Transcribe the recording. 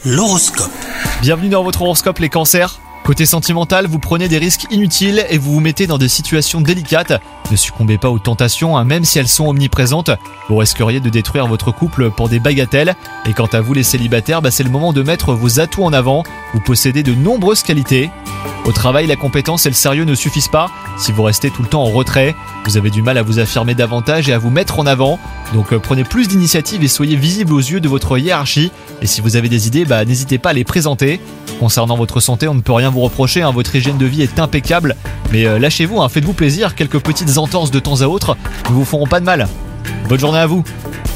L'horoscope. Bienvenue dans votre horoscope les cancers. Côté sentimental, vous prenez des risques inutiles et vous vous mettez dans des situations délicates. Ne succombez pas aux tentations, même si elles sont omniprésentes. Vous risqueriez de détruire votre couple pour des bagatelles. Et quant à vous les célibataires, c'est le moment de mettre vos atouts en avant. Vous possédez de nombreuses qualités. Au travail, la compétence et le sérieux ne suffisent pas. Si vous restez tout le temps en retrait, vous avez du mal à vous affirmer davantage et à vous mettre en avant. Donc prenez plus d'initiative et soyez visible aux yeux de votre hiérarchie. Et si vous avez des idées, n'hésitez pas à les présenter. Concernant votre santé, on ne peut rien vous reprocher, votre hygiène de vie est impeccable. Mais lâchez-vous, faites-vous plaisir, quelques petites entorses de temps à autre ne vous feront pas de mal. Bonne journée à vous.